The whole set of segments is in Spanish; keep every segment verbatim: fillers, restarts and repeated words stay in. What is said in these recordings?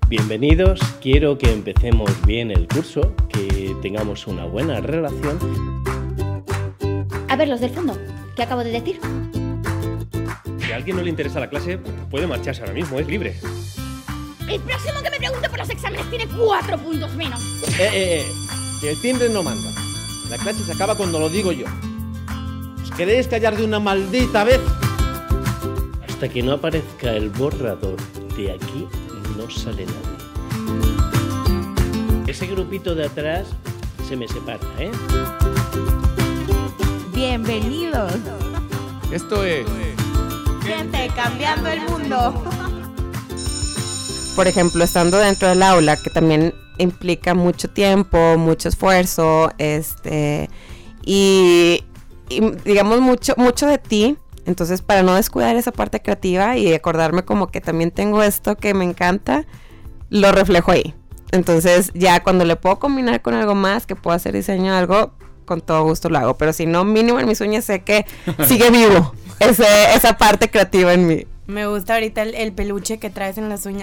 Bienvenidos, quiero que empecemos bien el curso, que tengamos una buena relación. A ver, los del fondo, ¿qué acabo de decir? Si a alguien no le interesa la clase, puede marcharse ahora mismo, es libre. El próximo que me pregunte por los exámenes tiene cuatro puntos menos. Eh, eh, eh, que el timbre no manda. La clase se acaba cuando lo digo yo. ¿Os queréis callar de una maldita vez? Hasta que no aparezca el borrador de aquí, no sale nadie. Ese grupito de atrás se me separa, ¿eh? Bienvenidos. Esto es Gente cambiando el mundo. Por ejemplo, estando dentro del aula, que también implica mucho tiempo, mucho esfuerzo, este, y, y digamos mucho, mucho de ti. Entonces, para no descuidar esa parte creativa y acordarme como que también tengo esto que me encanta, lo reflejo ahí. Entonces, ya cuando le puedo combinar con algo más, que puedo hacer diseño de algo, con todo gusto lo hago. Pero si no, mínimo en mis uñas sé que sigue vivo ese, esa parte creativa en mí. Me gusta ahorita el, el peluche que traes en las uñas.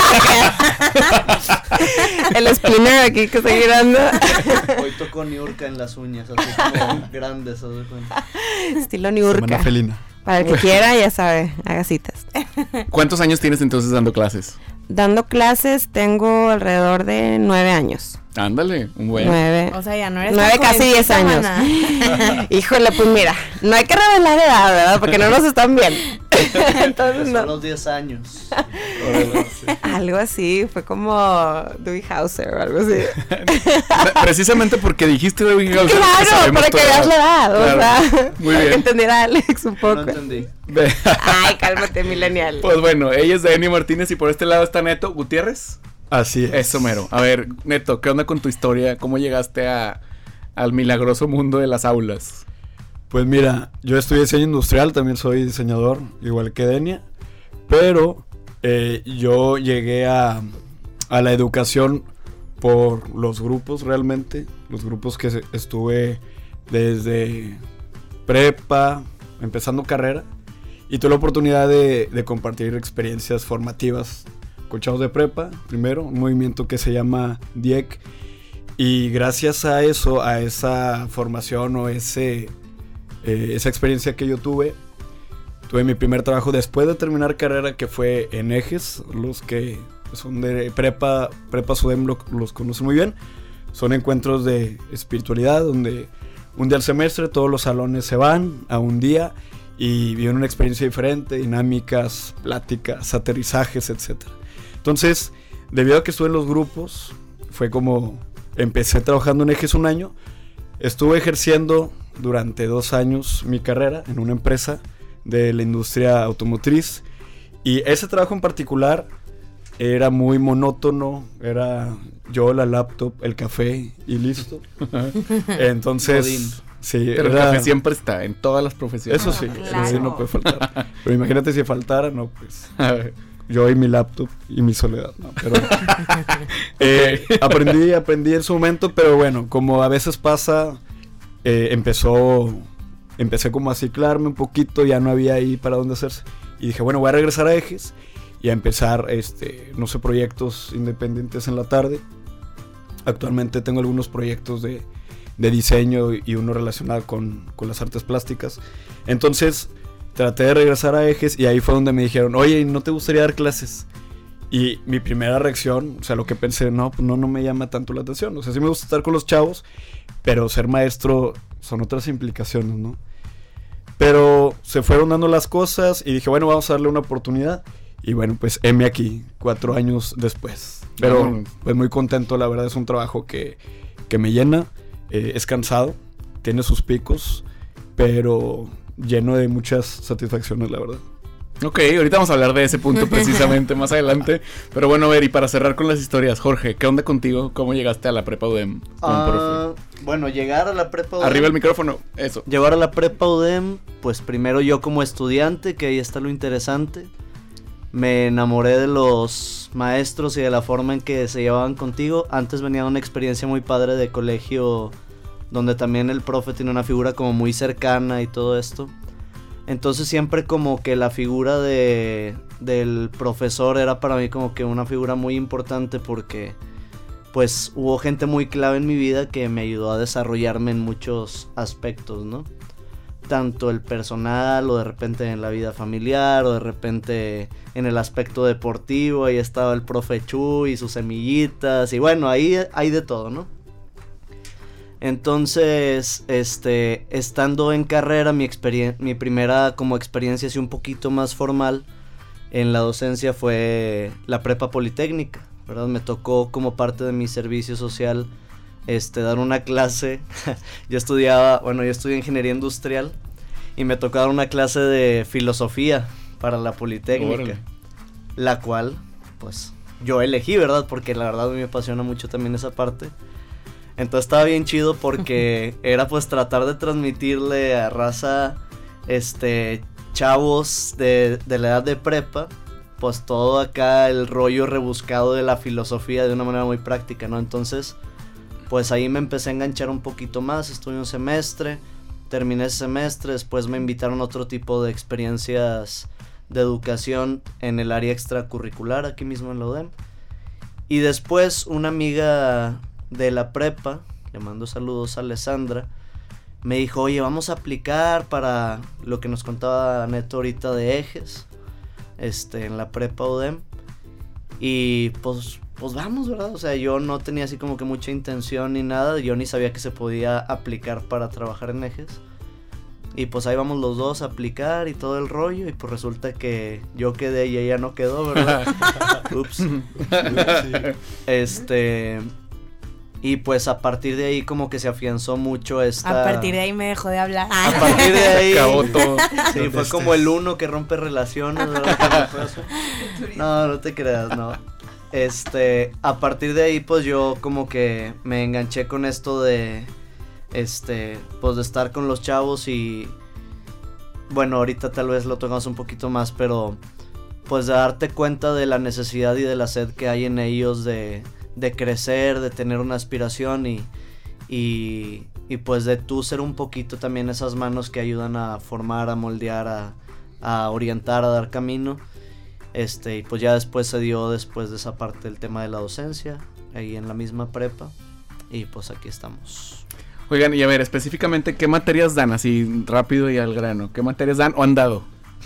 El spinner aquí que estoy girando. Hoy tocó Niurka en las uñas, así como grandes, ¿sabes de cuenta? Estilo Niurka. Semana felina. Para el que quiera, ya sabe, haga citas. ¿Cuántos años tienes entonces dando clases? Dando clases tengo alrededor de nueve años. Ándale, un buen. Nueve. O sea, ya no eres Nueve, casi diez años. Híjole, pues mira, no hay que revelar edad, ¿verdad? Porque no nos están viendo. Entonces no. Son los diez años. Algo así, fue como Dewey Hauser o algo así. Precisamente porque dijiste Dewey Hauser. Claro, para que veas la edad, claro. O sea, muy para bien. que entendiera Alex un poco. No entendí. Ay, cálmate, millennial. Pues bueno, ella es Dani Martínez y por este lado está Neto Gutiérrez. Así es. Eso mero. A ver, Neto, ¿qué onda con tu historia? ¿Cómo llegaste a, al milagroso mundo de las aulas? Pues mira, yo estudié diseño industrial, también soy diseñador, igual que Denia, pero eh, yo llegué a, a la educación por los grupos realmente, los grupos que estuve desde prepa, empezando carrera, y tuve la oportunidad de, de compartir experiencias formativas con chavos de prepa, primero, un movimiento que se llama D I E C, y gracias a eso, a esa formación o ese, eh, esa experiencia que yo tuve, tuve mi primer trabajo después de terminar carrera, que fue en Ejes. Los que son de prepa, prepa Sudem lo, los conocen muy bien. Son encuentros de espiritualidad, donde un día al semestre todos los salones se van a un día y viven una experiencia diferente, dinámicas, pláticas, aterrizajes, etcétera. Entonces, debido a que estuve en los grupos, fue como empecé trabajando en Ejes un año. Estuve ejerciendo durante dos años mi carrera en una empresa de la industria automotriz. Y ese trabajo en particular era muy monótono. Era yo, la laptop, el café y listo. Entonces, sí, pero era... el café siempre está en todas las profesiones. Eso sí, claro. eso sí no puede faltar. Pero imagínate si faltara, no, pues... Yo y mi laptop y mi soledad, ¿no? Pero eh, aprendí, aprendí en su momento, pero bueno, como a veces pasa, eh, empezó, empecé como a ciclarme un poquito, ya no había ahí para dónde hacerse. Y dije, bueno, voy a regresar a Ejes y a empezar, este, no sé, proyectos independientes en la tarde. Actualmente tengo algunos proyectos de, de diseño y uno relacionado con, con las artes plásticas. Entonces... traté de regresar a Ejes y ahí fue donde me dijeron, oye, ¿no te gustaría dar clases? Y mi primera reacción, o sea, lo que pensé, no, pues no, no me llama tanto la atención. O sea, sí me gusta estar con los chavos, pero ser maestro son otras implicaciones, ¿no? Pero se fueron dando las cosas y dije, bueno, vamos a darle una oportunidad. Y bueno, pues heme aquí, cuatro años después. Pero pues muy contento, la verdad es un trabajo que, que me llena, eh, es cansado, tiene sus picos, pero... lleno de muchas satisfacciones, la verdad. Ok, ahorita vamos a hablar de ese punto precisamente más adelante. Pero bueno, a ver, y para cerrar con las historias, Jorge, ¿qué onda contigo? ¿Cómo llegaste a la prepa U D E M? Uh, bueno, llegar a la prepa U D E M... Arriba el micrófono, eso. Llegar a la prepa U D E M, pues primero yo como estudiante, que ahí está lo interesante. Me enamoré de los maestros y de la forma en que se llevaban contigo. Antes venía una experiencia muy padre de colegio... donde también el profe tiene una figura como muy cercana y todo esto. Entonces siempre como que la figura de, del profesor era para mí como que una figura muy importante porque pues hubo gente muy clave en mi vida que me ayudó a desarrollarme en muchos aspectos, ¿no? Tanto el personal o de repente en la vida familiar o de repente en el aspecto deportivo. Ahí estaba el profe Chu y sus semillitas y bueno, ahí hay de todo, ¿no? Entonces, este, estando en carrera, mi, experien- mi primera como experiencia así un poquito más formal en la docencia fue la prepa politécnica, ¿verdad? Me tocó como parte de mi servicio social este, dar una clase. Yo estudiaba, bueno, yo estudié ingeniería industrial y me tocó dar una clase de filosofía para la politécnica, Órale. la cual, pues, yo elegí, ¿verdad? Porque la verdad a mí me apasiona mucho también esa parte. Entonces estaba bien chido porque era pues tratar de transmitirle a raza, este, chavos de, de la edad de prepa, pues todo acá el rollo rebuscado de la filosofía de una manera muy práctica, ¿no? Entonces, pues ahí me empecé a enganchar un poquito más, estuve un semestre, terminé ese semestre, después me invitaron a otro tipo de experiencias de educación en el área extracurricular, aquí mismo en la U D E M. Y después una amiga de la prepa, le mando saludos a Alessandra, me dijo, oye, vamos a aplicar para lo que nos contaba Neto ahorita de ejes, este, en la prepa U D E M, y pues, pues vamos, ¿verdad? O sea, yo no tenía así como que mucha intención ni nada, yo ni sabía que se podía aplicar para trabajar en ejes, y pues ahí vamos los dos a aplicar y todo el rollo, y pues resulta que yo quedé y ella no quedó, ¿verdad? Ups. Este... Y pues a partir de ahí como que se afianzó mucho esta... A partir de ahí me dejó de hablar. A partir de ahí... Acabó todo. Sí, fue como el uno que rompe relaciones, ¿verdad? No, no te creas, no. Este, a partir de ahí pues yo como que me enganché con esto de... Este, pues de estar con los chavos y... Bueno, ahorita tal vez lo tocamos un poquito más, pero... Pues de darte cuenta de la necesidad y de la sed que hay en ellos de... de crecer, de tener una aspiración y, y, y pues de tú ser un poquito también esas manos que ayudan a formar, a moldear, a, a orientar, a dar camino. Este, y pues ya después se dio después de esa parte el tema de la docencia, ahí en la misma prepa, y pues aquí estamos. Oigan, y a ver, específicamente, ¿qué materias dan? Así, rápido y al grano. ¿Qué materias dan o han dado?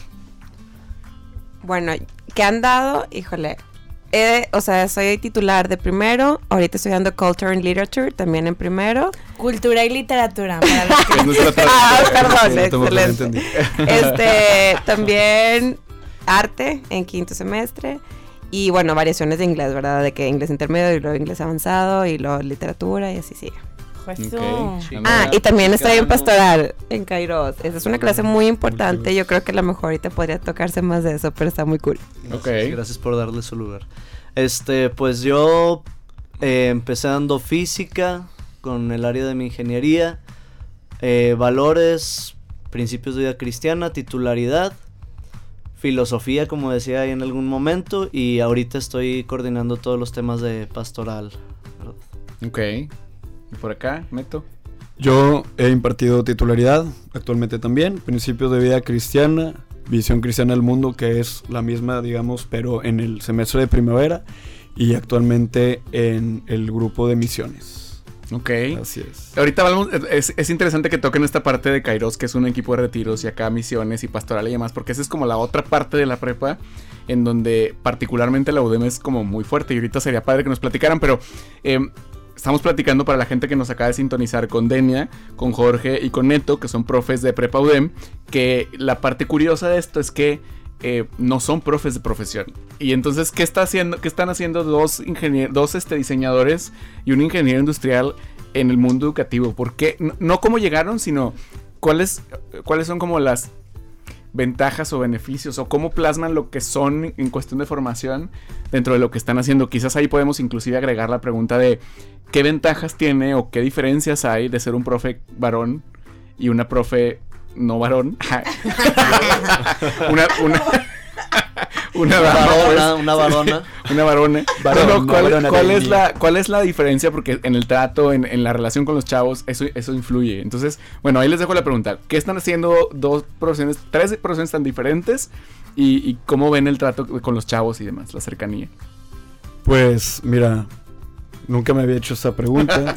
Bueno, ¿qué han dado? Híjole... Eh, o sea, soy titular de primero. Ahorita estoy dando Culture and Literature también en primero. Cultura y literatura. Para los que... Es nuestra tra- Ah, perdón, Sí, tomo- excelente. Este, también arte en quinto semestre. Y bueno, variaciones de inglés, ¿verdad? De que inglés intermedio y luego inglés avanzado y luego literatura y así sigue. Jesús. Ok. Ah, y también estoy en pastoral en Kairos. Esa es una clase muy importante. Yo creo que a lo mejor ahorita podría tocarse más de eso, pero está muy cool. Ok. Gracias por darle su lugar. Este, pues yo eh, empecé dando física con el área de mi ingeniería, eh, valores, principios de vida cristiana, titularidad, filosofía, como decía ahí en algún momento, y ahorita estoy coordinando todos los temas de pastoral, ¿verdad? Ok. ¿Y por acá, Neto? Yo he impartido titularidad, actualmente también, principios de vida cristiana, visión cristiana del mundo, que es la misma, digamos, pero en el semestre de primavera, y actualmente en el grupo de misiones. Ok. Así es. Ahorita vamos, es, es interesante que toquen esta parte de Kairos, que es un equipo de retiros y acá misiones y pastoral y demás, porque esa es como la otra parte de la prepa en donde particularmente la U D E M es como muy fuerte, y ahorita sería padre que nos platicaran, pero eh, estamos platicando para la gente que nos acaba de sintonizar con Denia, con Jorge y con Neto, que son profes de prepa U D E M, que la parte curiosa de esto es que eh, no son profes de profesión. Y entonces, ¿qué está haciendo? ¿Qué están haciendo dos ingenieros, dos este, diseñadores y un ingeniero industrial en el mundo educativo? ¿Por qué? No, no cómo llegaron, sino cuáles, cuáles son como las ventajas o beneficios, o cómo plasman lo que son en cuestión de formación dentro de lo que están haciendo. Quizás ahí podemos inclusive agregar la pregunta de qué ventajas tiene o qué diferencias hay de ser un profe varón y una profe no varón. una, una, Una Una dama, varona, pues. una varona. Una varona. Varón, Pero, una ¿cuál, varona cuál de es mí. la, ¿Cuál es la diferencia? Porque en el trato, en, en la relación con los chavos, eso, eso influye. Entonces, bueno, ahí les dejo la pregunta. ¿Qué están haciendo dos profesiones, tres profesiones tan diferentes? Y, y cómo ven el trato con los chavos y demás, la cercanía. Pues, mira, nunca me había hecho esa pregunta.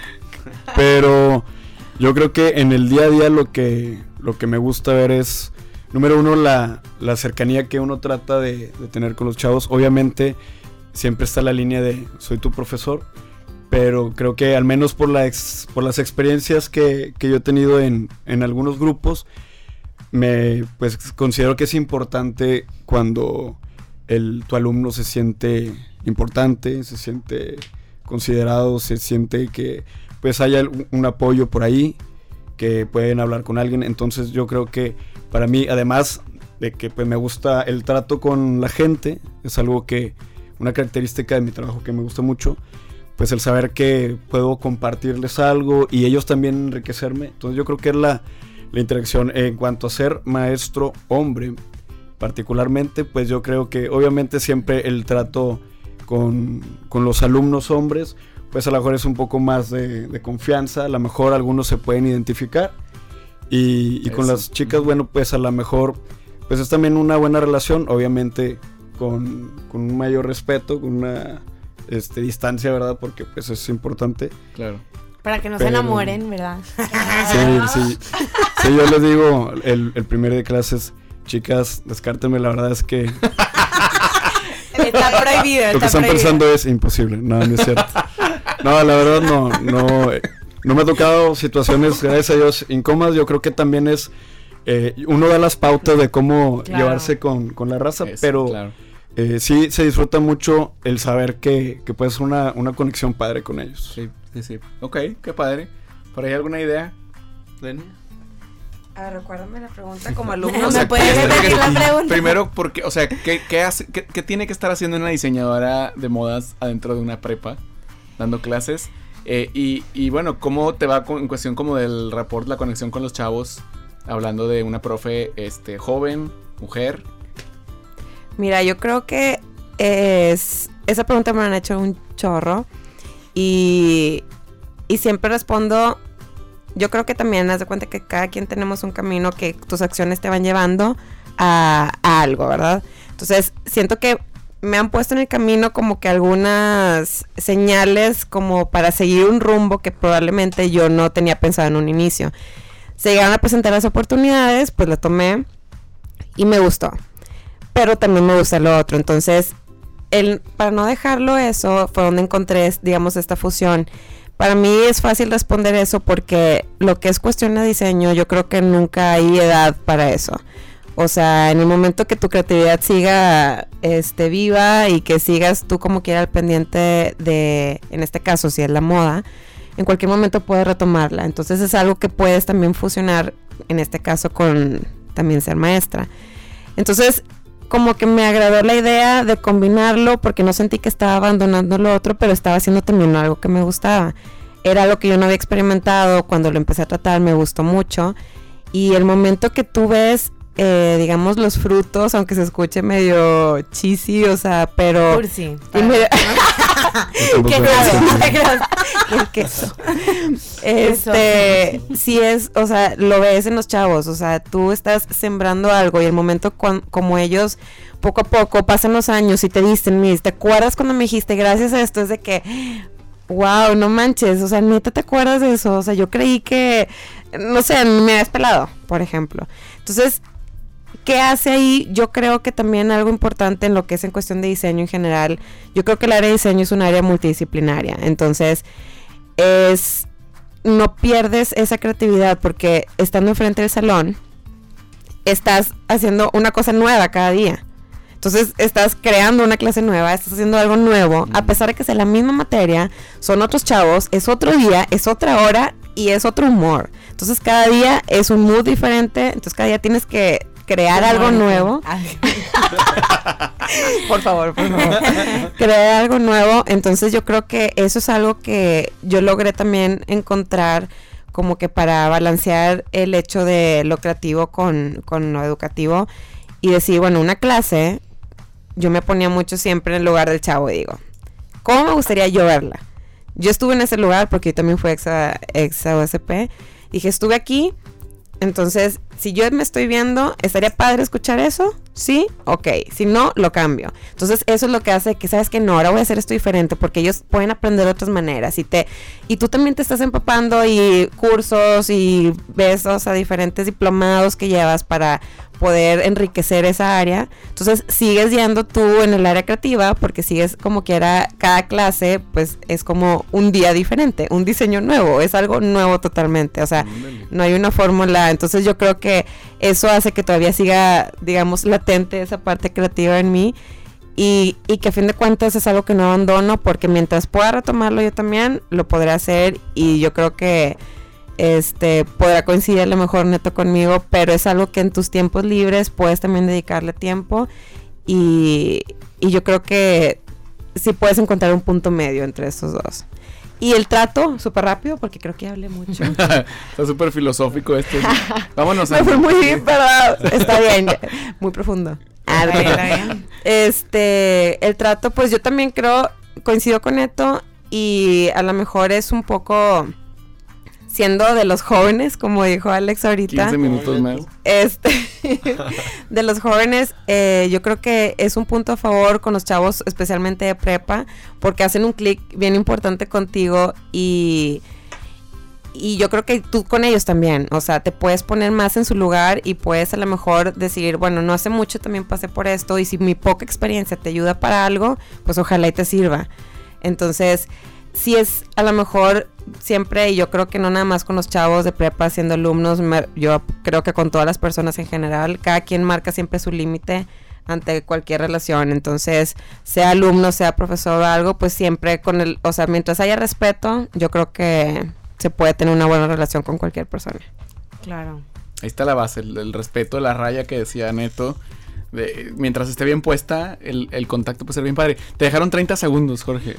Pero yo creo que en el día a día lo que, lo que me gusta ver es, número uno, la, la cercanía que uno trata de, de tener con los chavos. Obviamente siempre está la línea de soy tu profesor, pero creo que al menos por, la ex, por las experiencias que, que yo he tenido en, en algunos grupos, me pues considero que es importante cuando el, tu alumno se siente importante, se siente considerado, se siente que pues haya un, un apoyo por ahí, que pueden hablar con alguien. Entonces yo creo que para mí, además de que pues me gusta el trato con la gente, es algo que, una característica de mi trabajo que me gusta mucho, pues el saber que puedo compartirles algo y ellos también enriquecerme. Entonces yo creo que es la, la interacción en cuanto a ser maestro hombre, particularmente, pues yo creo que obviamente siempre el trato con, con los alumnos hombres, pues a lo mejor es un poco más de, de confianza, a lo mejor algunos se pueden identificar y, y con las chicas, bueno, pues a lo mejor pues es también una buena relación, obviamente con, con un mayor respeto, con una este, distancia, ¿verdad? Porque pues es importante. Claro. Para que no Pero- se enamoren, ¿verdad? Sí, sí, sí, yo les digo el, el primer de clases, chicas, descártenme, la verdad es que Está prohibido, lo que está están prohibido. pensando es imposible, no, no es cierto. No, la verdad no, no, eh, no me ha tocado situaciones, gracias a Dios, incómodas. Yo creo que también es, eh, uno da las pautas de cómo Claro. llevarse con, con la raza, Eso, pero claro. eh, sí se disfruta mucho el saber que, que puede ser una, una conexión padre con ellos. Sí, sí, sí. Ok, qué padre. ¿Por ahí alguna idea? Denia. A ver, recuérdame la pregunta como alumno. No O sea, me puedes ¿qué- repetir qué- la pregunta. Primero, porque, o sea, ¿qué, qué, hace, qué, qué tiene que estar haciendo una diseñadora de modas adentro de una prepa, dando clases? Eh, y, y bueno, ¿cómo te va con, en cuestión como del rapport, la conexión con los chavos? Hablando de una profe este, joven, mujer. Mira, yo creo que es... Esa pregunta me la han hecho un chorro. Y, y siempre respondo... Yo creo que también haz de cuenta que cada quien tenemos un camino que tus acciones te van llevando a, a algo, ¿verdad? Entonces, siento que me han puesto en el camino como que algunas señales como para seguir un rumbo que probablemente yo no tenía pensado en un inicio. Se llegaron a presentar las oportunidades, pues la tomé y me gustó. Pero también me gusta lo otro. Entonces, el, para no dejarlo eso, fue donde encontré, digamos, esta fusión. Para mí es fácil responder eso porque lo que es cuestión de diseño, yo creo que nunca hay edad para eso. O sea, en el momento que tu creatividad siga este, viva y que sigas tú como quiera al pendiente de, en este caso, si es la moda, en cualquier momento puedes retomarla. Entonces es algo que puedes también fusionar, en este caso, con también ser maestra. Entonces, como que me agradó la idea de combinarlo porque no sentí que estaba abandonando lo otro, pero estaba haciendo también algo que me gustaba. Era algo que yo no había experimentado, cuando lo empecé a tratar me gustó mucho. Y el momento que tú ves, eh, digamos, los frutos, aunque se escuche medio cheesy, o sea, pero... Cursi. y me- Tampoco ¡Qué es- claro! El queso. Este, sí es, o sea, lo ves en los chavos, o sea, tú estás sembrando algo y el momento cuan- como ellos, poco a poco, pasan los años y te dicen, Miss, ¿te acuerdas cuando me dijiste gracias a esto? Es de que, wow, no manches, o sea, neta, ¿te acuerdas de eso? O sea, yo creí que, no sé, me habías pelado, por ejemplo. Entonces, ¿qué hace ahí? Yo creo que también algo importante en lo que es en cuestión de diseño en general, yo creo que el área de diseño es un área multidisciplinaria, entonces es, no pierdes esa creatividad porque estando enfrente del salón, estás haciendo una cosa nueva cada día. Entonces estás creando una clase nueva, estás haciendo algo nuevo, a pesar de que sea la misma materia, son otros chavos, es otro día, es otra hora y es otro humor. Entonces cada día es un mood diferente, entonces cada día tienes que crear algo nuevo. Por favor, por favor. Crear algo nuevo. Entonces yo creo que eso es algo que yo logré también encontrar como que para balancear el hecho de lo creativo con, con lo educativo y decir, bueno, una clase yo me ponía mucho siempre en el lugar del chavo, digo, ¿cómo me gustaría yo verla? Yo estuve en ese lugar porque yo también fui exa, exa O S P. Dije, estuve aquí, entonces, si yo me estoy viendo, ¿estaría padre escuchar eso? ¿Sí? Ok. Si no, lo cambio. Entonces, eso es lo que hace que, ¿sabes qué? No, ahora voy a hacer esto diferente porque ellos pueden aprender de otras maneras y te y tú también te estás empapando y cursos y ves, o sea, diferentes diplomados que llevas para poder enriquecer esa área. Entonces, sigues yendo tú en el área creativa porque sigues como quiera, cada clase, pues, es como un día diferente, un diseño nuevo, es algo nuevo totalmente. O sea, no hay una fórmula. Entonces, yo creo que eso hace que todavía siga, digamos, latente esa parte creativa en mí y, y que a fin de cuentas es algo que no abandono porque mientras pueda retomarlo yo también lo podré hacer y yo creo que este podrá coincidir a lo mejor Neto conmigo, pero es algo que en tus tiempos libres puedes también dedicarle tiempo y, y yo creo que sí puedes encontrar un punto medio entre estos dos. Y el trato, súper rápido, porque creo que hablé mucho. Está súper filosófico esto. Vámonos. Me fue muy bien, perdón. Está bien, muy profundo. Ah, Está bien, está bien. Este, el trato, pues yo también creo, coincido con Neto, y a lo mejor es un poco, siendo de los jóvenes, como dijo Alex ahorita. quince minutos más. Este, de los jóvenes, eh, yo creo que es un punto a favor con los chavos, especialmente de prepa, porque hacen un clic bien importante contigo y, y yo creo que tú con ellos también, o sea, te puedes poner más en su lugar y puedes a lo mejor decir, bueno, no hace mucho también pasé por esto y si mi poca experiencia te ayuda para algo, pues ojalá y te sirva. Entonces, sí es a lo mejor siempre, y yo creo que no nada más con los chavos de prepa siendo alumnos, me, yo creo que con todas las personas en general, cada quien marca siempre su límite ante cualquier relación. Entonces, sea alumno, sea profesor o algo, pues siempre con el, o sea, mientras haya respeto, yo creo que se puede tener una buena relación con cualquier persona. Claro. Ahí está la base, el, el respeto, la raya que decía Neto. De, mientras esté bien puesta, el, el contacto puede ser bien padre. Te dejaron treinta segundos, Jorge.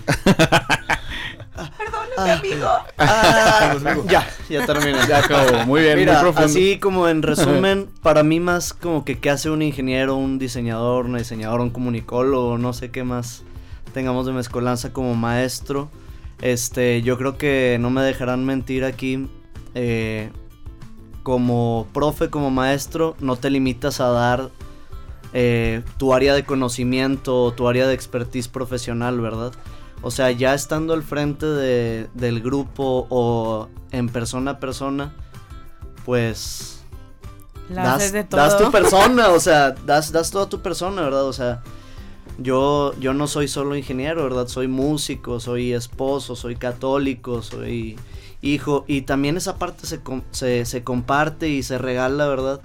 Perdóname, amigo. Ah, ya, ya terminé. Ya acabó. Muy bien, Mira, muy profundo. así como en resumen, para mí más como que qué hace un ingeniero, un diseñador, una diseñadora, un comunicólogo, no sé qué más tengamos de mezcolanza como maestro. Este, yo creo que no me dejarán mentir aquí. Eh, como profe, como maestro, no te limitas a dar eh, tu área de conocimiento, tu área de expertise profesional, ¿verdad? O sea, ya estando al frente de, del grupo o en persona a persona, pues La das, haces de todo. das tu persona, o sea, das, das toda tu persona, ¿verdad? O sea, yo, yo no soy solo ingeniero, ¿verdad? Soy músico, soy esposo, soy católico, soy hijo, y también esa parte se, se, se comparte y se regala, ¿verdad?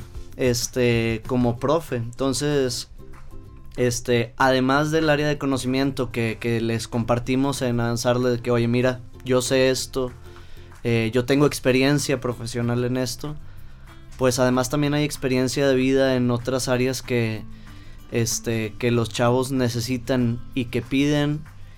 Este, como profe. Entonces, este, además del área de conocimiento que, que les compartimos en avanzarle de que, oye, mira, yo sé esto, eh, yo tengo experiencia profesional en esto, pues además también hay experiencia de vida en otras áreas que, este, que los chavos necesitan y que piden.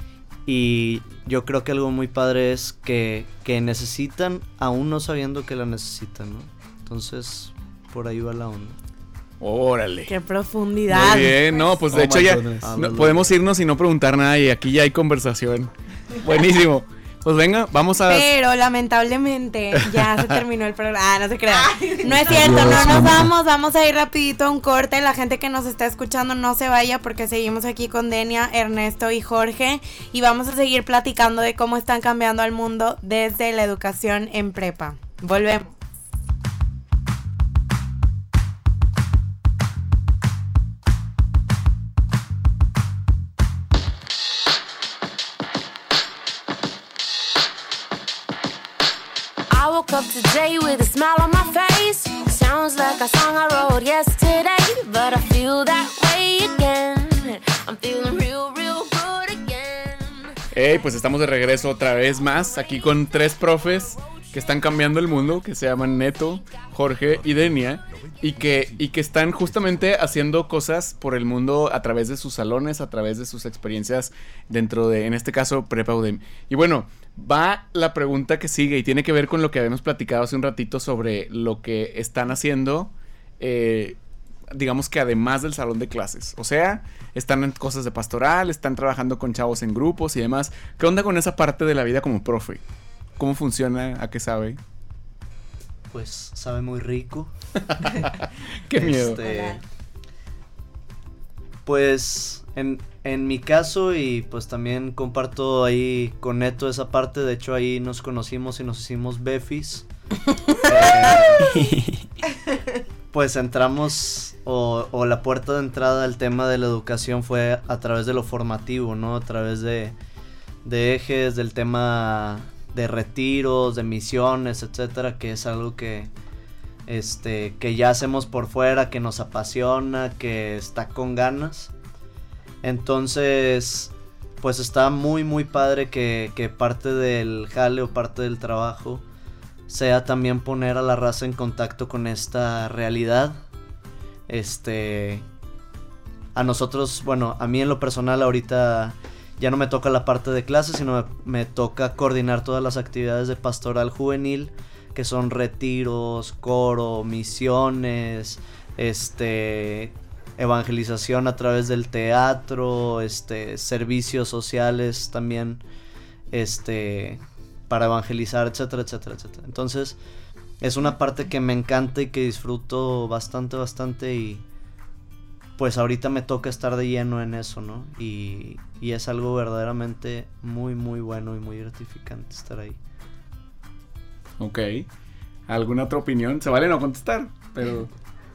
Y yo creo que algo muy padre es que, que necesitan aún no sabiendo que la necesitan, ¿no? Entonces, por ahí va la onda. Órale. Qué profundidad. Muy bien, no, pues de Oh hecho my ya goodness. no, podemos irnos y no preguntar nada y aquí ya hay conversación. Buenísimo. Pues venga, vamos a... Pero lamentablemente ya se terminó el programa. Ah, no se crean. No es cierto, Dios, no nos mamá. vamos. Vamos a ir rapidito a un corte. La gente que nos está escuchando no se vaya porque seguimos aquí con Denia, Ernesto y Jorge. Y vamos a seguir platicando de cómo están cambiando al mundo desde la educación en prepa. Volvemos. I woke up today with a smile on my face. Sounds like a song I wrote yesterday, but I feel that way again. I'm feeling real, real good again. Hey, pues estamos de regreso otra vez más aquí con tres profes que están cambiando el mundo, que se llaman Neto, Jorge y Denia, y que, y que están justamente haciendo cosas por el mundo a través de sus salones, a través de sus experiencias dentro de, en este caso, Prepa U D E M. Y bueno, va la pregunta que sigue y tiene que ver con lo que habíamos platicado hace un ratito sobre lo que están haciendo, eh, digamos que además del salón de clases? O sea, están en cosas de pastoral, están trabajando con chavos en grupos y demás. ¿Qué onda con esa parte de la vida como profe? ¿Cómo funciona? ¿A qué sabe? Pues sabe muy rico. Qué miedo. Este, pues en, en mi caso, y pues también comparto ahí con Neto esa parte, de hecho ahí nos conocimos y nos hicimos befis. eh, pues entramos, o, o la puerta de entrada al tema de la educación fue a través de lo formativo, ¿no? A través de, de ejes, del tema de retiros, de misiones, etcétera, que es algo que este que ya hacemos por fuera, que nos apasiona, que está con ganas. Entonces, pues está muy muy padre que, que parte del jale o parte del trabajo sea también poner a la raza en contacto con esta realidad. Este, a nosotros, bueno, a mí en lo personal ahorita ya no me toca la parte de clases, sino me, me toca coordinar todas las actividades de pastoral juvenil, que son retiros, coro, misiones, este, evangelización a través del teatro, este, servicios sociales también, este, para evangelizar, etcétera, etcétera, etcétera. Entonces, es una parte que me encanta y que disfruto bastante, bastante, y pues ahorita me toca estar de lleno en eso, ¿no? Y, y es algo verdaderamente muy, muy bueno y muy gratificante estar ahí. Ok. ¿Alguna otra opinión? Se vale no contestar, pero...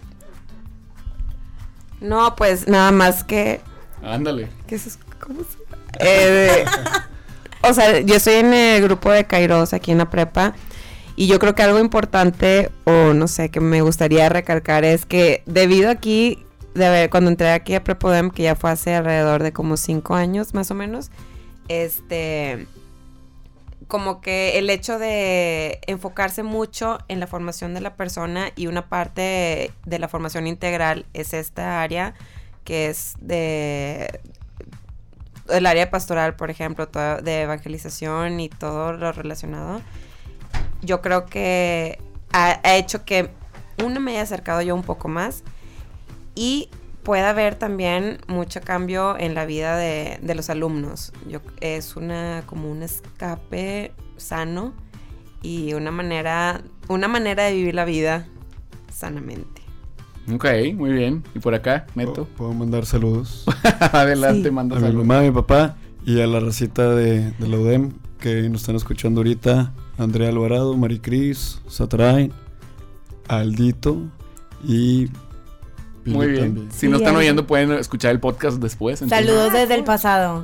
No, pues nada más que... Ándale. ¿Qué es eso? ¿Cómo se llama? Eh, o sea, yo estoy en el grupo de Kairos aquí en la prepa, y yo creo que algo importante, o no sé, que me gustaría recalcar es que debido aquí, de ver, cuando entré aquí a Prepodem, que ya fue hace alrededor de como cinco años más o menos, este... como que el hecho de enfocarse mucho en la formación de la persona, y una parte de la formación integral es esta área que es de el área pastoral, por ejemplo, todo, de evangelización y todo lo relacionado. Yo creo que ha, ha hecho que uno me haya acercado yo un poco más, y puede haber también mucho cambio en la vida de, de los alumnos. Yo, es una como un escape sano y una manera, una manera de vivir la vida sanamente. Ok, muy bien. ¿Y por acá, Neto? ¿Puedo mandar saludos? Adelante, sí. manda a saludos. A mi mamá, a mi papá y a la racita de, de la U D E M que nos están escuchando ahorita. Andrea Alvarado, Maricris, Satrain, Aldito y... Pili muy bien. También. Si no están oyendo, pueden escuchar el podcast después. Entonces. Saludos desde el pasado.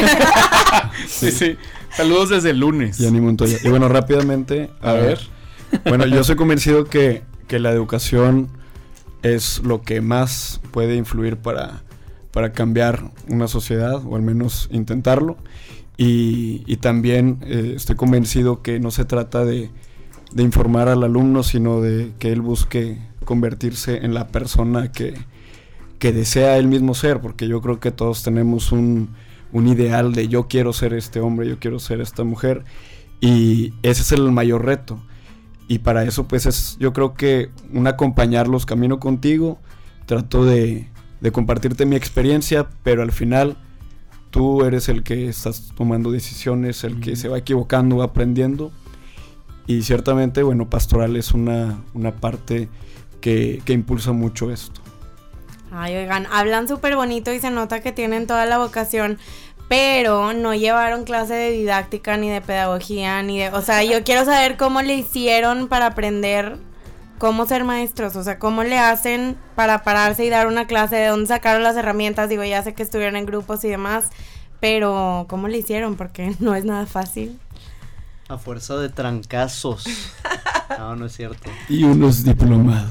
Sí, sí. Saludos desde el lunes. Yanni Montoya. Y bueno, rápidamente, a, a ver. ver. Bueno, yo soy convencido que, que la educación es lo que más puede influir para, para cambiar una sociedad, o al menos intentarlo. Y, y también eh, estoy convencido que no se trata de, de informar al alumno, sino de que él busque convertirse en la persona que, que desea él mismo ser, porque yo creo que todos tenemos un, un ideal de yo quiero ser este hombre, yo quiero ser esta mujer, y ese es el mayor reto. Y para eso pues es, yo creo que un acompañarlos, camino contigo, trato de, de compartirte mi experiencia, pero al final tú eres el que estás tomando decisiones, el mm. que se va equivocando, va aprendiendo, y ciertamente, bueno, pastoral es una, una parte Que, que impulsa mucho esto. Ay, oigan, hablan súper bonito y se nota que tienen toda la vocación, pero no llevaron clase de didáctica, ni de pedagogía, ni de... O sea, yo quiero saber cómo le hicieron para aprender cómo ser maestros, o sea, cómo le hacen para pararse y dar una clase, de dónde sacaron las herramientas. Digo, ya sé que estuvieron en grupos y demás, pero ¿cómo le hicieron? Porque no es nada fácil. A fuerza de trancazos. No, no es cierto. Y unos diplomados.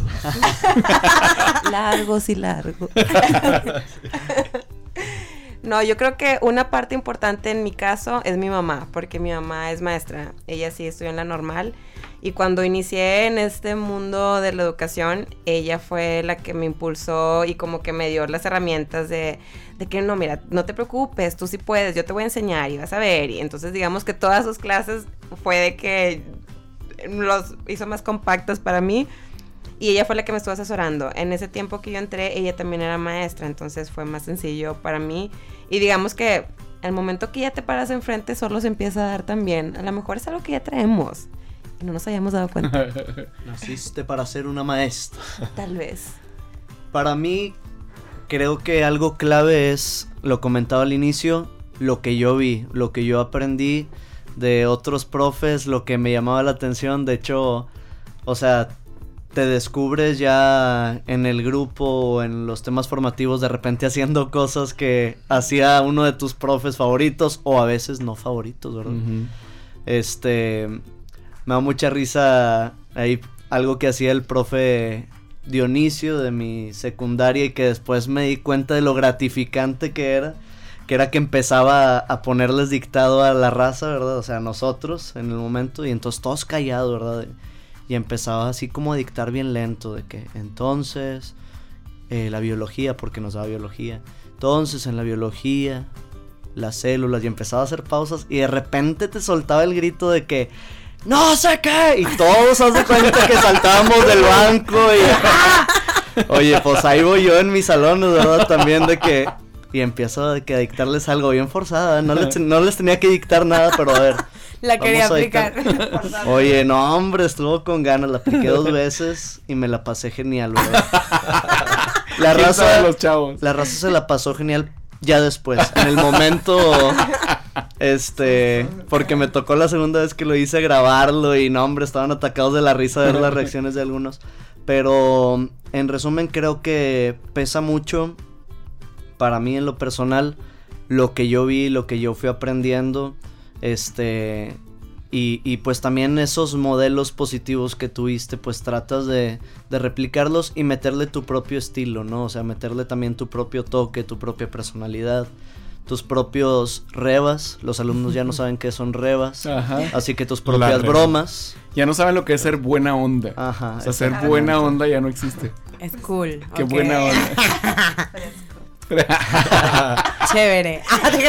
Largos y largos. No, yo creo que una parte importante en mi caso es mi mamá, porque mi mamá es maestra. Ella sí estudió en la normal. Y cuando inicié en este mundo de la educación, ella fue la que me impulsó y como que me dio las herramientas de, de que no, mira, no te preocupes, tú sí puedes, yo te voy a enseñar y vas a ver. Y entonces digamos que todas sus clases fue de que los hizo más compactas para mí. y ella fue la que me estuvo asesorando. En ese tiempo que yo entré, ella también era maestra, entonces fue más sencillo para mí. Y digamos que al momento que ya te paras enfrente, solo se empieza a dar también. A lo mejor es algo que ya traemos y no nos hayamos dado cuenta. Naciste para ser una maestra. Tal vez. Para mí, creo que algo clave es, lo comentaba al inicio, lo que yo vi, lo que yo aprendí de otros profes, lo que me llamaba la atención. De hecho, o sea, te descubres ya en el grupo o en los temas formativos de repente haciendo cosas que hacía uno de tus profes favoritos o a veces no favoritos, ¿verdad? Uh-huh. Este, me da mucha risa ahí algo que hacía el profe Dionisio de mi secundaria y que después me di cuenta de lo gratificante que era, que era que empezaba a, a ponerles dictado a la raza, ¿verdad? O sea, a nosotros en el momento, y entonces todos callados, ¿verdad? Y empezaba así como a dictar bien lento, de que entonces eh, la biología, porque nos daba biología, entonces en la biología las células, y empezaba a hacer pausas y de repente te soltaba el grito de que ¡no sé qué! Y todos haz de cuenta que saltábamos del banco y ¡ah! Oye, pues ahí voy yo en mis salones, ¿verdad? También de que, y empiezo de que a dictarles algo bien forzado, ¿eh? no, les, no les tenía que dictar nada, pero a ver. La quería aplicar. Oye, no, hombre, estuvo con ganas, la apliqué dos veces y me la pasé genial, ¿verdad? La raza, los chavos? La raza se la pasó genial ya después, en el momento, este, porque me tocó la segunda vez que lo hice grabarlo y no, hombre, estaban atacados de la risa de ver las reacciones de algunos, pero en resumen creo que pesa mucho para mí en lo personal lo que yo vi, lo que yo fui aprendiendo, este, y, y pues también esos modelos positivos que tuviste, pues tratas de, de replicarlos y meterle tu propio estilo, ¿no? O sea, meterle también tu propio toque, tu propia personalidad, tus propios rebas. Los alumnos ya no saben qué son rebas. Ajá. Así que tus propias bromas. Ya no saben lo que es ser buena onda. Ajá. O sea, ser buena onda ya no existe. Es cool. Qué okay. Buena onda. Chévere.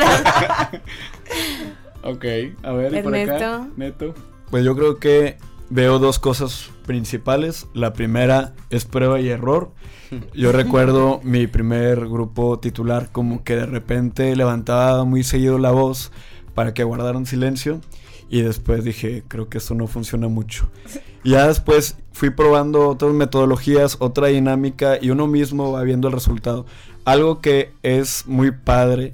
Ok, a ver, ¿y por acá? Neto. Pues yo creo que veo dos cosas principales. La primera es prueba y error. Yo recuerdo mi primer grupo titular como que de repente levantaba muy seguido la voz para que guardaran silencio y después dije, creo que esto no funciona mucho. Y ya después fui probando otras metodologías, otra dinámica y uno mismo va viendo el resultado. Algo que es muy padre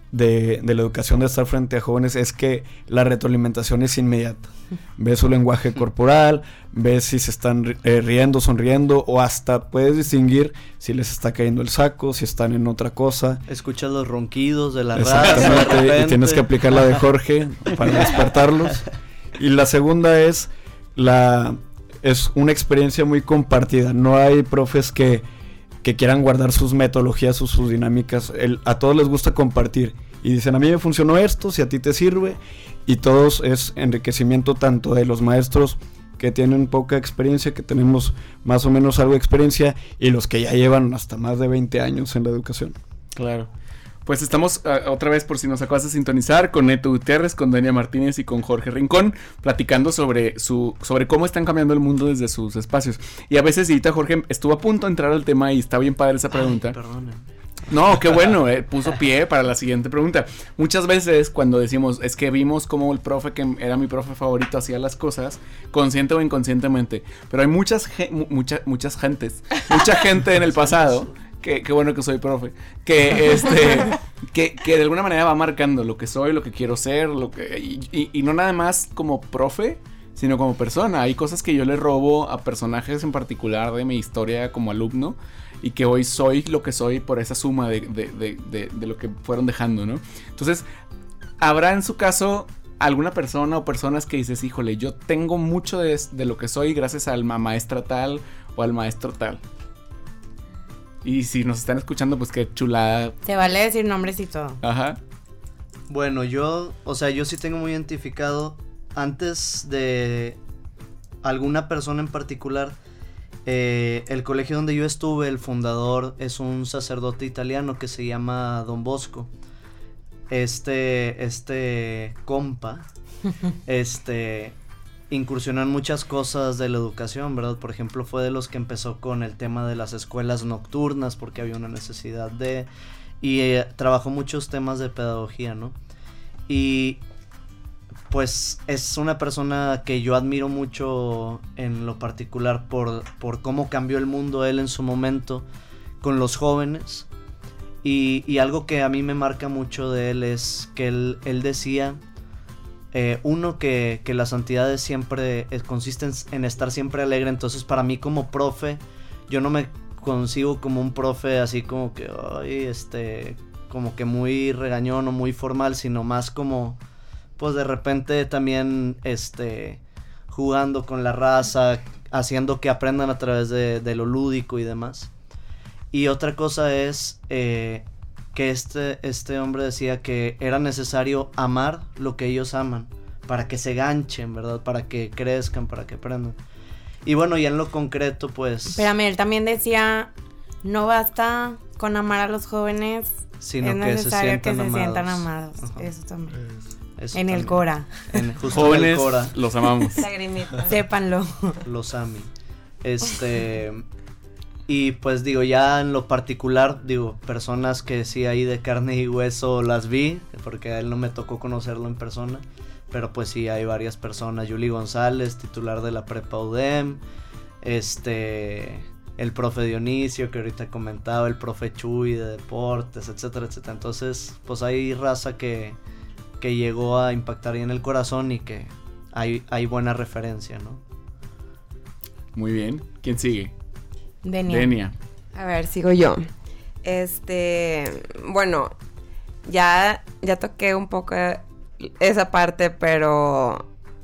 De, de la educación de estar frente a jóvenes es que la retroalimentación es inmediata. Ves su lenguaje corporal, ves si se están eh, riendo, sonriendo, o hasta puedes distinguir si les está cayendo el saco, si están en otra cosa. Escuchas los ronquidos de la Exactamente, raza, y tienes que aplicar la de Jorge para despertarlos. Y la segunda es la es una experiencia muy compartida. No hay profes que que quieran guardar sus metodologías o sus dinámicas. El, a todos les gusta compartir y dicen, a mí me funcionó esto, si a ti te sirve, y todos es enriquecimiento tanto de los maestros que tienen poca experiencia, que tenemos más o menos algo de experiencia, y los que ya llevan hasta más de veinte años en la educación. Claro. Pues estamos uh, otra vez, por si nos acabas de sintonizar, con Neto Gutiérrez, con Denia Martínez y con Jorge Rincón, platicando sobre su sobre cómo están cambiando el mundo desde sus espacios. Y a veces, ahorita Jorge estuvo a punto de entrar al tema y está bien padre esa pregunta. Ay, perdón. No, qué bueno, eh, puso pie para la siguiente pregunta. Muchas veces cuando decimos, es que vimos cómo el profe que era mi profe favorito hacía las cosas, consciente o inconscientemente, pero hay muchas, ge- mucha, muchas gentes, mucha gente en el pasado... Qué, qué bueno que soy profe. Que este, que, que de alguna manera va marcando lo que soy, lo que quiero ser, lo que y, y, y no nada más como profe, sino como persona. Hay cosas que yo le robo a personajes en particular de mi historia como alumno y que hoy soy lo que soy por esa suma de, de, de, de, de lo que fueron dejando, ¿no? Entonces, habrá en su caso alguna persona o personas que dices, híjole, yo tengo mucho de, de lo que soy gracias al maestra tal o al maestro tal. Y si nos están escuchando, pues qué chulada. Te vale decir nombres y todo. Ajá. Bueno, yo, o sea, yo sí tengo muy identificado, antes de alguna persona en particular, eh, el colegio donde yo estuve, el fundador es un sacerdote italiano que se llama Don Bosco. Este, este compa, este... incursionó en muchas cosas de la educación, ¿verdad? Por ejemplo, fue de los que empezó con el tema de las escuelas nocturnas porque había una necesidad de... Y eh, trabajó muchos temas de pedagogía, ¿no? Y pues es una persona que yo admiro mucho en lo particular por, por cómo cambió el mundo él en su momento con los jóvenes. Y, y algo que a mí me marca mucho de él es que él, él decía... Eh, uno, que, que la santidad es siempre, es, consiste en, en estar siempre alegre. Entonces para mí como profe, yo no me consigo como un profe así como que, ay, este, como que muy regañón o muy formal, sino más como, pues de repente también, este, jugando con la raza, haciendo que aprendan a través de, de lo lúdico y demás. Y otra cosa es... Eh, que este, este hombre decía que era necesario amar lo que ellos aman, para que se ganchen, ¿verdad? Para que crezcan, para que aprendan. Y bueno, ya en lo concreto, pues... Espérame, él también decía, no basta con amar a los jóvenes, sino es que necesario se que sientan se sientan amados. amados. Ajá. Eso también. Eso en también. el Cora. En, justo Jóvenes, en el Cora. los amamos. Sépanlo. Los ami. Este... Y pues digo, ya en lo particular, digo, personas que sí ahí de carne y hueso las vi, porque a él no me tocó conocerlo en persona, pero pues sí hay varias personas. Yuli González, titular de la prepa U D E M, este, el profe Dionisio que ahorita comentaba, el profe Chuy de deportes, etcétera, etcétera. Entonces, pues hay raza que, que llegó a impactar ahí en el corazón y que hay, hay buena referencia, ¿no? Muy bien. ¿Quién sigue? Denia. Denia. A ver, sigo yo. Este, bueno, ya, ya toqué un poco esa parte, pero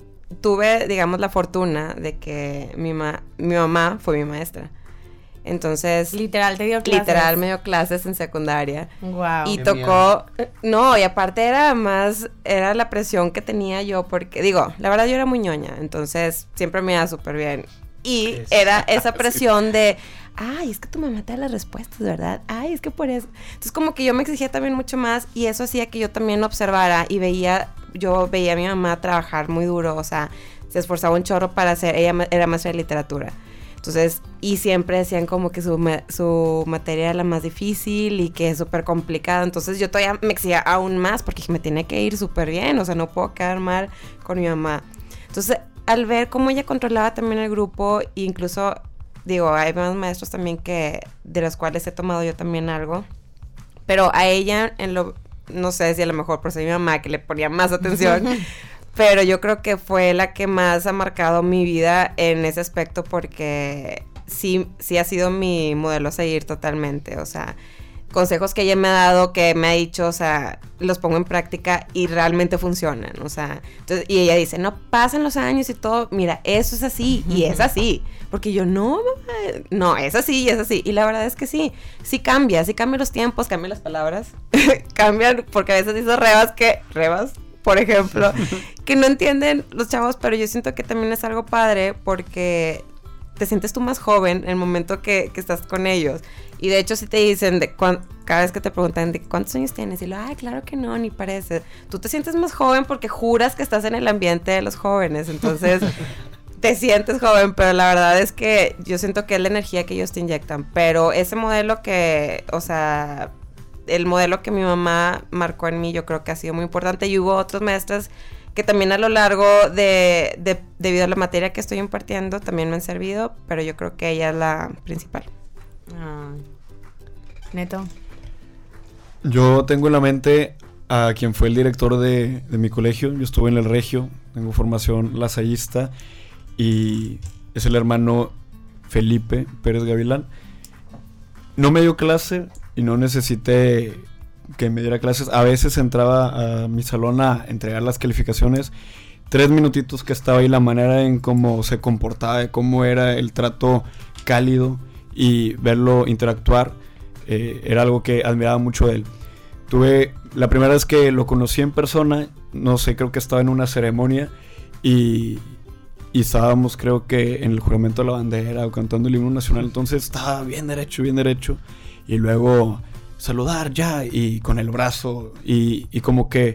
tuve, digamos, la fortuna de que mi, ma- mi mamá fue mi maestra. Entonces, literal te dio clases. Literal me dio clases en secundaria. Wow. Y Qué tocó, no, y aparte era más, era la presión que tenía yo, porque, digo, la verdad yo era muy ñoña, entonces siempre me iba súper bien. Y Es- era esa presión de, ay, es que tu mamá te da las respuestas, ¿verdad? Ay, es que por eso. Entonces como que yo me exigía también mucho más y eso hacía que yo también observara y veía, yo veía a mi mamá trabajar muy duro, o sea, se esforzaba un chorro para hacer, ella ma- era maestra de literatura. Entonces, y siempre decían como que su, ma- su materia era la más difícil y que es súper complicada. Entonces yo todavía me exigía aún más porque me tiene que ir súper bien, o sea, no puedo quedar mal con mi mamá. Entonces, al ver cómo ella controlaba también el grupo, e incluso, digo, hay más maestros también que, de los cuales he tomado yo también algo, pero a ella, en lo, no sé si a lo mejor por ser mi mamá que le ponía más atención, pero yo creo que fue la que más ha marcado mi vida en ese aspecto porque sí, sí ha sido mi modelo a seguir totalmente, o sea, consejos que ella me ha dado, que me ha dicho, o sea, los pongo en práctica y realmente funcionan, o sea, entonces, y ella dice, no pasan los años y todo, mira, eso es así, y es así, porque yo, no, mamá, no, es así, y es así, y la verdad es que sí, sí cambia, sí cambian los tiempos, cambian las palabras, cambian, porque a veces dices rebas que, rebas, por ejemplo, que no entienden los chavos, pero yo siento que también es algo padre, porque te sientes tú más joven en el momento que, que estás con ellos. Y de hecho si te dicen, de cuan, cada vez que te preguntan de cuántos años tienes, y lo, ay, claro que no, ni parece. Tú te sientes más joven porque juras que estás en el ambiente de los jóvenes, entonces te sientes joven, pero la verdad es que yo siento que es la energía que ellos te inyectan. Pero ese modelo que, o sea, el modelo que mi mamá marcó en mí, yo creo que ha sido muy importante. Y hubo otras maestras que también a lo largo de, de, debido a la materia que estoy impartiendo, también me han servido, pero yo creo que ella es la principal. Ah. Neto. Yo tengo en la mente a quien fue el director de, de mi colegio. Yo estuve en el Regio, tengo formación lasallista, y es el hermano Felipe Pérez Gavilán. No me dio clase y no necesité que me diera clases. A veces entraba a mi salón a entregar las calificaciones. Tres minutitos que estaba ahí, la manera en cómo se comportaba, de cómo era el trato cálido y verlo interactuar, eh, era algo que admiraba mucho de él. Tuve, la primera vez que lo conocí en persona, no sé, creo que estaba en una ceremonia y, y estábamos, creo que en el juramento de la bandera o cantando el himno nacional, entonces estaba bien derecho, bien derecho, y luego saludar ya y con el brazo y, y como que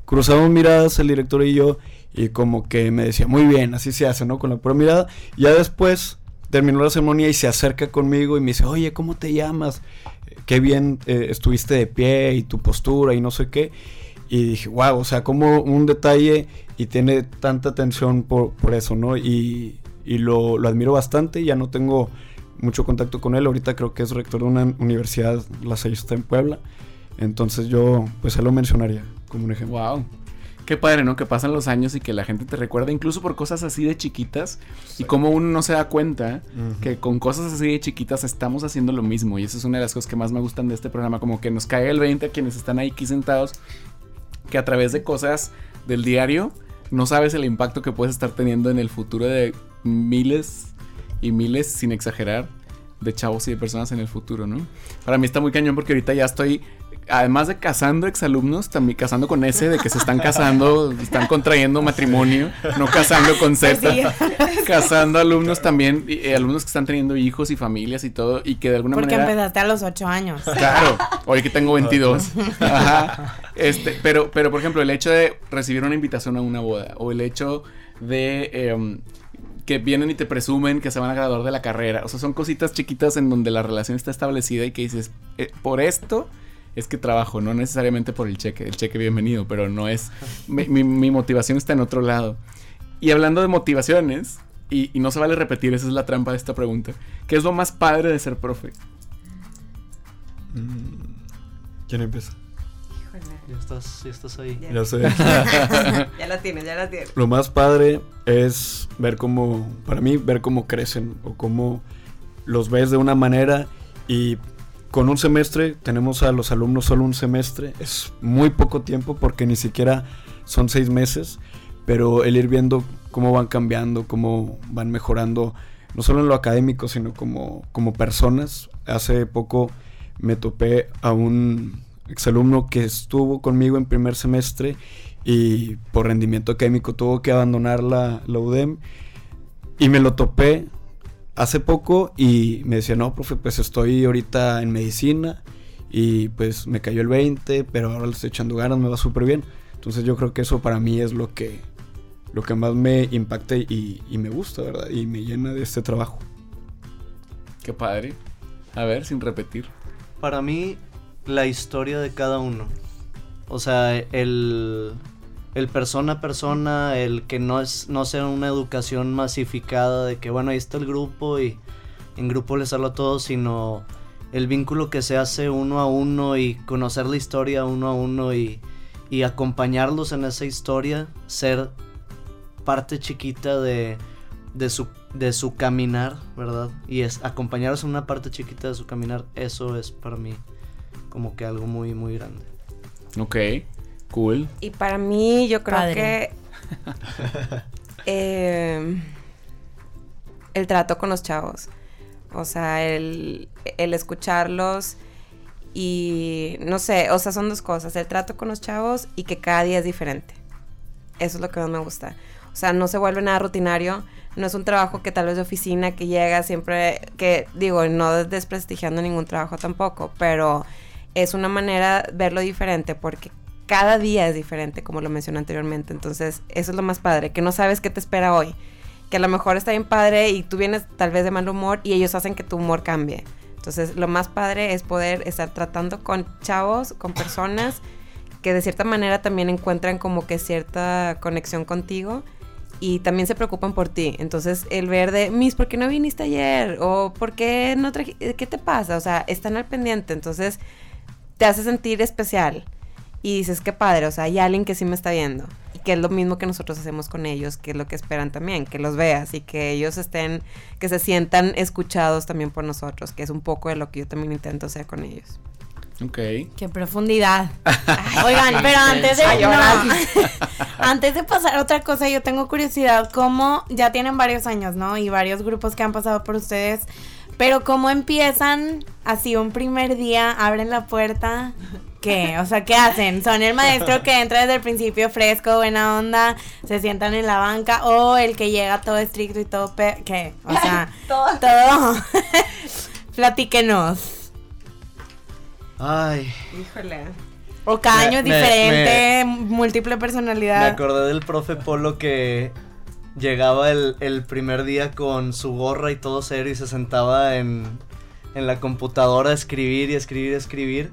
cruzamos miradas el director y yo, y como que me decía, muy bien, así se hace, ¿no? Con la pura mirada. Ya después terminó la ceremonia y se acerca conmigo y me dice, oye, ¿cómo te llamas? Qué bien eh, estuviste de pie y tu postura y no sé qué. Y dije, wow, o sea, como un detalle y tiene tanta atención por, por eso, ¿no? Y, y lo, lo admiro bastante, ya no tengo mucho contacto con él, ahorita creo que es rector de una universidad, La Salle está en Puebla, entonces yo, pues él lo mencionaría como un ejemplo. Wow. Qué padre, ¿no? Que pasan los años y que la gente te recuerda incluso por cosas así de chiquitas. Sí. Y como uno no se da cuenta uh-huh. que con cosas así de chiquitas estamos haciendo lo mismo. Y esa es una de las cosas que más me gustan de este programa. Como que nos cae el veinte a quienes están ahí aquí sentados. Que a través de cosas del diario no sabes el impacto que puedes estar teniendo en el futuro de miles y miles, sin exagerar, de chavos y de personas en el futuro, ¿no? Para mí está muy cañón porque ahorita ya estoy... Además de casando exalumnos, también casando con ese de que se están casando, están contrayendo matrimonio, no casando con Z, sí. Casando alumnos también, eh, alumnos que están teniendo hijos y familias y todo, y que de alguna Porque manera... Porque empezaste a los ocho años. Claro, hoy que tengo veintidós. Ajá. Este, pero, pero, por ejemplo, el hecho de recibir una invitación a una boda, o el hecho de... Eh, que vienen y te presumen que se van a graduar de la carrera, o sea, son cositas chiquitas en donde la relación está establecida y que dices, eh, por esto... es que trabajo, no necesariamente por el cheque, el cheque bienvenido, pero no es, mi, mi, mi motivación está en otro lado. Y hablando de motivaciones, y, y no se vale repetir, esa es la trampa de esta pregunta, ¿qué es lo más padre de ser profe? ¿Quién empieza? Híjole. Ya estás, ya estás ahí. Ya, ya sé. Ya la tienes, ya la tienes. Lo más padre es ver cómo, para mí, ver cómo crecen, o cómo los ves de una manera y... Con un semestre, tenemos a los alumnos solo un semestre, es muy poco tiempo porque ni siquiera son seis meses, pero el ir viendo cómo van cambiando, cómo van mejorando, no solo en lo académico, sino como, como personas. Hace poco me topé a un exalumno que estuvo conmigo en primer semestre y por rendimiento académico tuvo que abandonar la, la U D E M y me lo topé hace poco y me decía, no, profe, pues estoy ahorita en medicina y pues me cayó el veinte, pero ahora le estoy echando ganas, me va súper bien. Entonces yo creo que eso para mí es lo que, lo que más me impacta y, y me gusta, ¿verdad? Y me llena de este trabajo. Qué padre. A ver, sin repetir. Para mí, la historia de cada uno. O sea, el... el persona a persona, el que no es no sea una educación masificada de que bueno, ahí está el grupo y en grupo les hablo a todos, sino el vínculo que se hace uno a uno y conocer la historia uno a uno y, y acompañarlos en esa historia, ser parte chiquita de, de, su, de su caminar, ¿verdad? Y es acompañarlos en una parte chiquita de su caminar, eso es para mí como que algo muy, muy grande. Ok. Cool. Y para mí yo creo Padre. que eh, el trato con los chavos, o sea, el, el escucharlos y no sé, o sea, son dos cosas, el trato con los chavos y que cada día es diferente. Eso es lo que más me gusta. O sea, no se vuelve nada rutinario, no es un trabajo que tal vez de oficina que llega siempre, que digo, no desprestigiando ningún trabajo tampoco, pero es una manera de verlo diferente porque cada día es diferente, como lo mencioné anteriormente. Entonces, eso es lo más padre, que no sabes qué te espera hoy. Que a lo mejor está bien padre y tú vienes tal vez de mal humor y ellos hacen que tu humor cambie. Entonces, lo más padre es poder estar tratando con chavos, con personas que de cierta manera también encuentran como que cierta conexión contigo y también se preocupan por ti. Entonces, el ver de, Miss, ¿por qué no viniste ayer? O ¿por qué no trajiste? ¿Qué te pasa? O sea, están al pendiente. Entonces, te hace sentir especial. Y dices, qué padre, o sea, hay alguien que sí me está viendo. Y que es lo mismo que nosotros hacemos con ellos, que es lo que esperan también, que los veas y que ellos estén, que se sientan escuchados también por nosotros, que es un poco de lo que yo también intento hacer con ellos. Ok. Qué profundidad. Oigan, pero antes de Ay, no, sí. antes de pasar a otra cosa, yo tengo curiosidad, ¿cómo ya tienen varios años, ¿no? Y varios grupos que han pasado por ustedes, pero ¿cómo empiezan así un primer día, abren la puerta? ¿Qué? O sea, ¿qué hacen? ¿Son el maestro que entra desde el principio fresco, buena onda, se sientan en la banca, o el que llega todo estricto y todo pe- ¿qué? O sea, todo. todo. Platíquenos. Ay. Híjole. O cada año es Me- me- diferente, múltiple Me personalidad. acordé del profe Polo que llegaba el, el primer día con su gorra y todo serio y se sentaba en, en la computadora a escribir y escribir y escribir.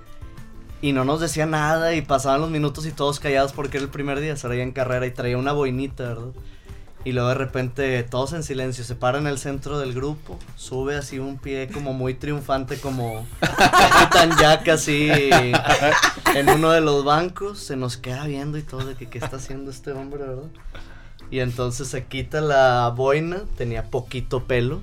Y no nos decía nada y pasaban los minutos y todos callados porque era el primer día, se veía en carrera y traía una boinita, ¿verdad? Y luego de repente todos en silencio, se para en el centro del grupo, sube así un pie como muy triunfante, como Capitán Jack así en uno de los bancos, se nos queda viendo y todo de que qué está haciendo este hombre, ¿verdad? Y entonces se quita la boina, tenía poquito pelo,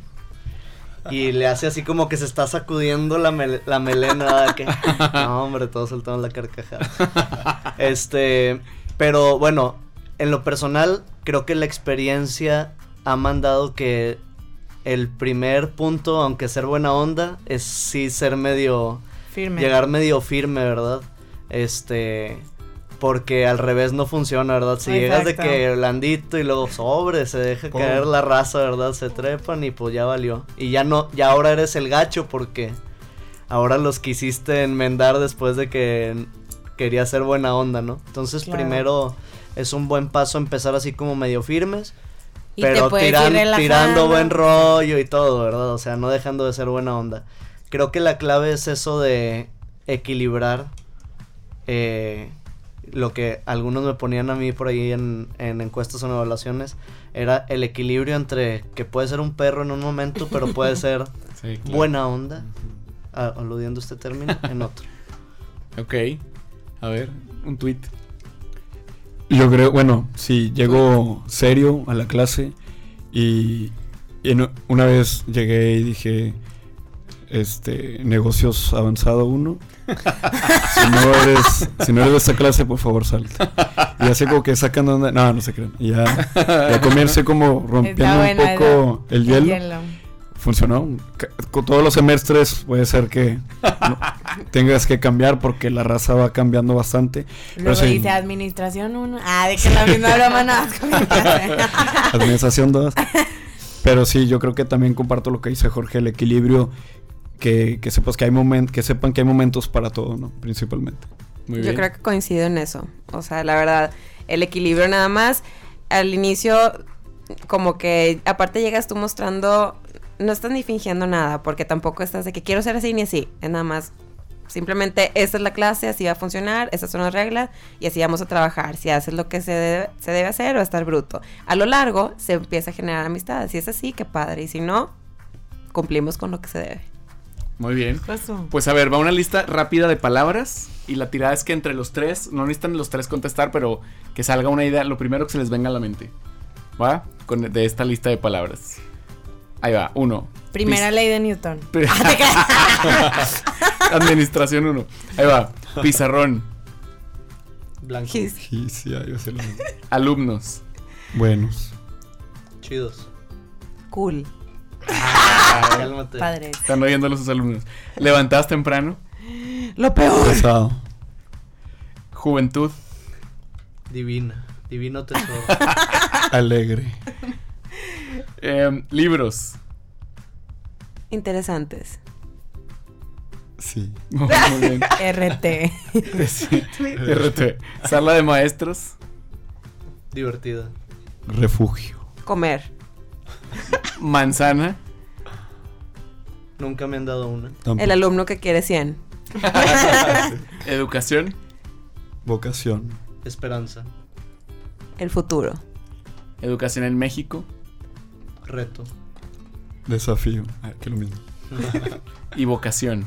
y le hace así como que se está sacudiendo la, mele- la melena, ¿verdad? Que, no hombre, todos soltamos la carcajada. Este, pero bueno, en lo personal, creo que la experiencia ha mandado que el primer punto, aunque ser buena onda, es sí ser medio... Firme. Llegar medio firme, ¿verdad? Este... Porque al revés no funciona, ¿verdad? Si llegas de Exacto. que blandito y luego sobre, se deja Pum. caer la raza, ¿verdad? Se trepan y pues ya valió. Y ya no, ya ahora eres el gacho porque ahora los quisiste enmendar después de que quería ser buena onda, ¿no? Entonces Claro. primero es un buen paso empezar así como medio firmes, Y te pero puedes ir tiran- relajando. tirando buen rollo y todo, ¿verdad? O sea, no dejando de ser buena onda. Creo que la clave es eso de equilibrar eh, lo que algunos me ponían a mí por ahí en, en encuestas o en evaluaciones, era el equilibrio entre que puede ser un perro en un momento, pero puede ser Sí, claro. buena onda, a- aludiendo este término, en otro. Ok. A ver, un tweet. Yo creo, bueno, sí, llego serio a la clase y, y en- una vez llegué y dije, este, negocios avanzado uno. Si no eres, si no eres de esta clase, por favor, salte. Y así como que sacan onda, no, no se crean. Y ya, ya comience como rompiendo Está un buena poco esa. el hielo. Funcionó. Ca- Con todos los semestres puede ser que no, tengas que cambiar porque la raza va cambiando bastante. Luego sí, dice administración uno. Ah, de que la misma broma no. administración dos. Pero sí, yo creo que también comparto lo que dice Jorge, el equilibrio, que, que sepas que hay momen- que sepan que hay momentos para todo, ¿no? Principalmente. Muy Yo bien. creo que coincido en eso. O sea, la verdad, el equilibrio nada más. Al inicio, como que aparte llegas tú mostrando, no estás ni fingiendo nada, porque tampoco estás de que quiero ser así ni así. Es nada más, simplemente esta es la clase, así va a funcionar, estas son las reglas y así vamos a trabajar. Si haces lo que se debe, se debe hacer o estar bruto. A lo largo se empieza a generar amistad. Si es así, qué padre. Y si no, cumplimos con lo que se debe. Muy bien. Pasó. Pues a ver, va una lista rápida de palabras y la tirada es que entre los tres, no necesitan los tres contestar, pero que salga una idea, lo primero que se les venga a la mente. ¿Va? Con, de esta lista de palabras. Ahí va, uno. Primera Pis- ley de Newton. Pri- Administración uno. Ahí va. Pizarrón. Blanco. Gis. Sí, sí, ahí va a ser lo mismo. Alumnos. Buenos. Chidos. Cool. Ah, cálmate. Padre. Están oyendo los alumnos. Levantadas temprano. Lo peor. Pesado. Juventud. Divina. Divino tesoro. Alegre. Em, libros. Interesantes. Sí. Muy bien. R T. Sí. R T. Sala de maestros. Divertida. Refugio. Comer. Manzana. Nunca me han dado una. Tampoco. El alumno que quiere cien. Educación. Vocación. Esperanza. El futuro. Educación en México. Reto. Desafío. Ah, que lo mismo. Y vocación.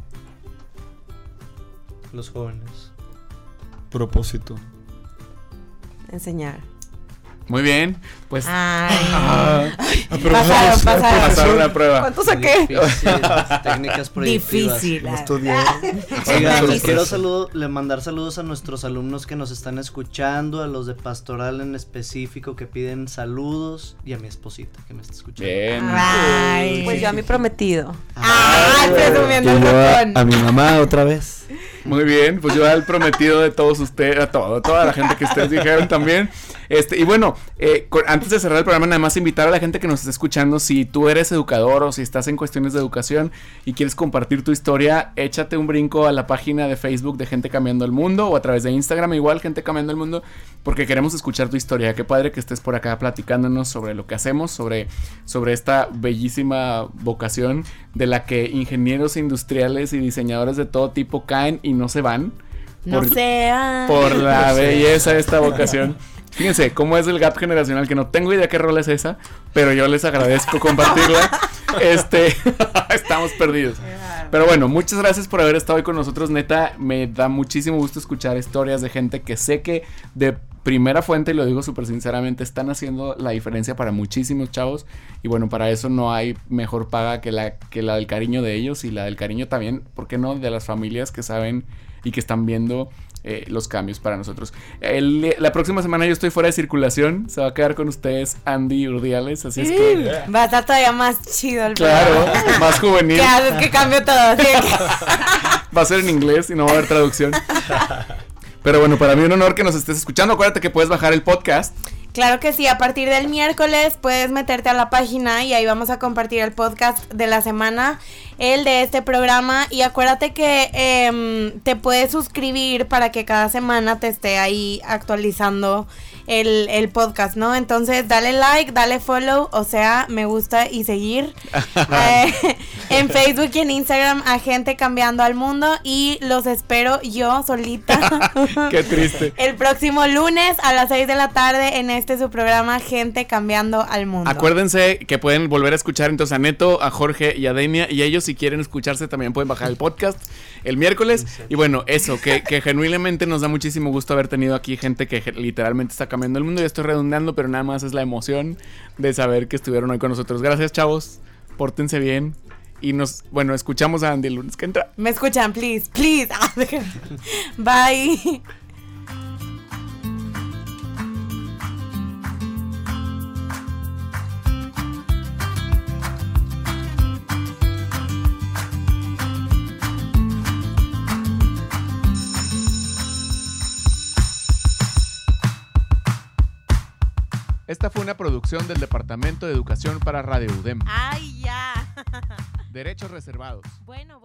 Los jóvenes. Propósito. Enseñar. Muy bien. Pues Ay. ah, Pasaron, pasaron. pasaron una prueba. ¿Cuánto saqué? Difícil, técnicas proyectivas. Difícil. No estudié. Oigan, les Sorpresa. quiero saludo, le mandar saludos a nuestros alumnos que nos están escuchando, a los de pastoral en específico que piden saludos y a mi esposita que me está escuchando. Bien. Ay. Pues yo a mi prometido. Ay, presumiendo Y el yo a, botón. a mi mamá otra vez. Muy bien, pues yo al prometido de todos ustedes, a todo, toda la gente que ustedes dijeron también. Este, y bueno, eh, con, antes de cerrar el programa, nada más invitar a la gente que nos está escuchando, si tú eres educador o si estás en cuestiones de educación y quieres compartir tu historia, échate un brinco a la página de Facebook de Gente Cambiando el Mundo o a través de Instagram, igual Gente Cambiando el Mundo, porque queremos escuchar tu historia. Qué padre que estés por acá platicándonos sobre lo que hacemos, sobre, sobre esta bellísima vocación de la que ingenieros industriales y diseñadores de todo tipo caen y no se van. No por, sea. Por la belleza de esta vocación. Fíjense cómo es el gap generacional, que no tengo idea qué rol es esa, pero yo les agradezco compartirla. Este, estamos perdidos. Pero bueno, muchas gracias por haber estado hoy con nosotros, neta, me da muchísimo gusto escuchar historias de gente que sé que de primera fuente, y lo digo súper sinceramente, están haciendo la diferencia para muchísimos chavos, y bueno, para eso no hay mejor paga que la, que la del cariño de ellos, y la del cariño también, ¿por qué no?, de las familias que saben y que están viendo eh, los cambios para nosotros. El, la próxima semana yo estoy fuera de circulación, se va a quedar con ustedes Andy Urdiales, así es que... Va a estar todavía más chido el Claro, programa. más juvenil. ¿Qué haces? Que cambio todo. ¿Sí? Va a ser en inglés y no va a haber traducción. Pero bueno, para mí un honor que nos estés escuchando. Acuérdate que puedes bajar el podcast. Claro que sí, a partir del miércoles puedes meterte a la página y ahí vamos a compartir el podcast de la semana, el de este programa, y acuérdate que eh, te puedes suscribir para que cada semana te esté ahí actualizando el, el podcast, ¿no? Entonces dale like, dale follow, o sea, me gusta y seguir eh, en Facebook y en Instagram a Gente Cambiando al Mundo, y los espero yo solita. Qué triste. El próximo lunes a las seis de la tarde en este su programa Gente Cambiando al Mundo. Acuérdense que pueden volver a escuchar entonces a Neto, a Jorge y a Denia, y ellos si quieren escucharse también pueden bajar el podcast el miércoles. Y bueno, eso, que, que genuinamente nos da muchísimo gusto haber tenido aquí gente que literalmente está cambiando el mundo. Ya estoy redundando, pero nada más es la emoción de saber que estuvieron hoy con nosotros. Gracias, chavos, pórtense bien. Y nos, bueno, escuchamos a Andy el lunes que entra. Me escuchan, please, please. Bye. Esta fue una producción del Departamento de Educación para Radio U D E M. Ay, ya. Derechos reservados. Bueno.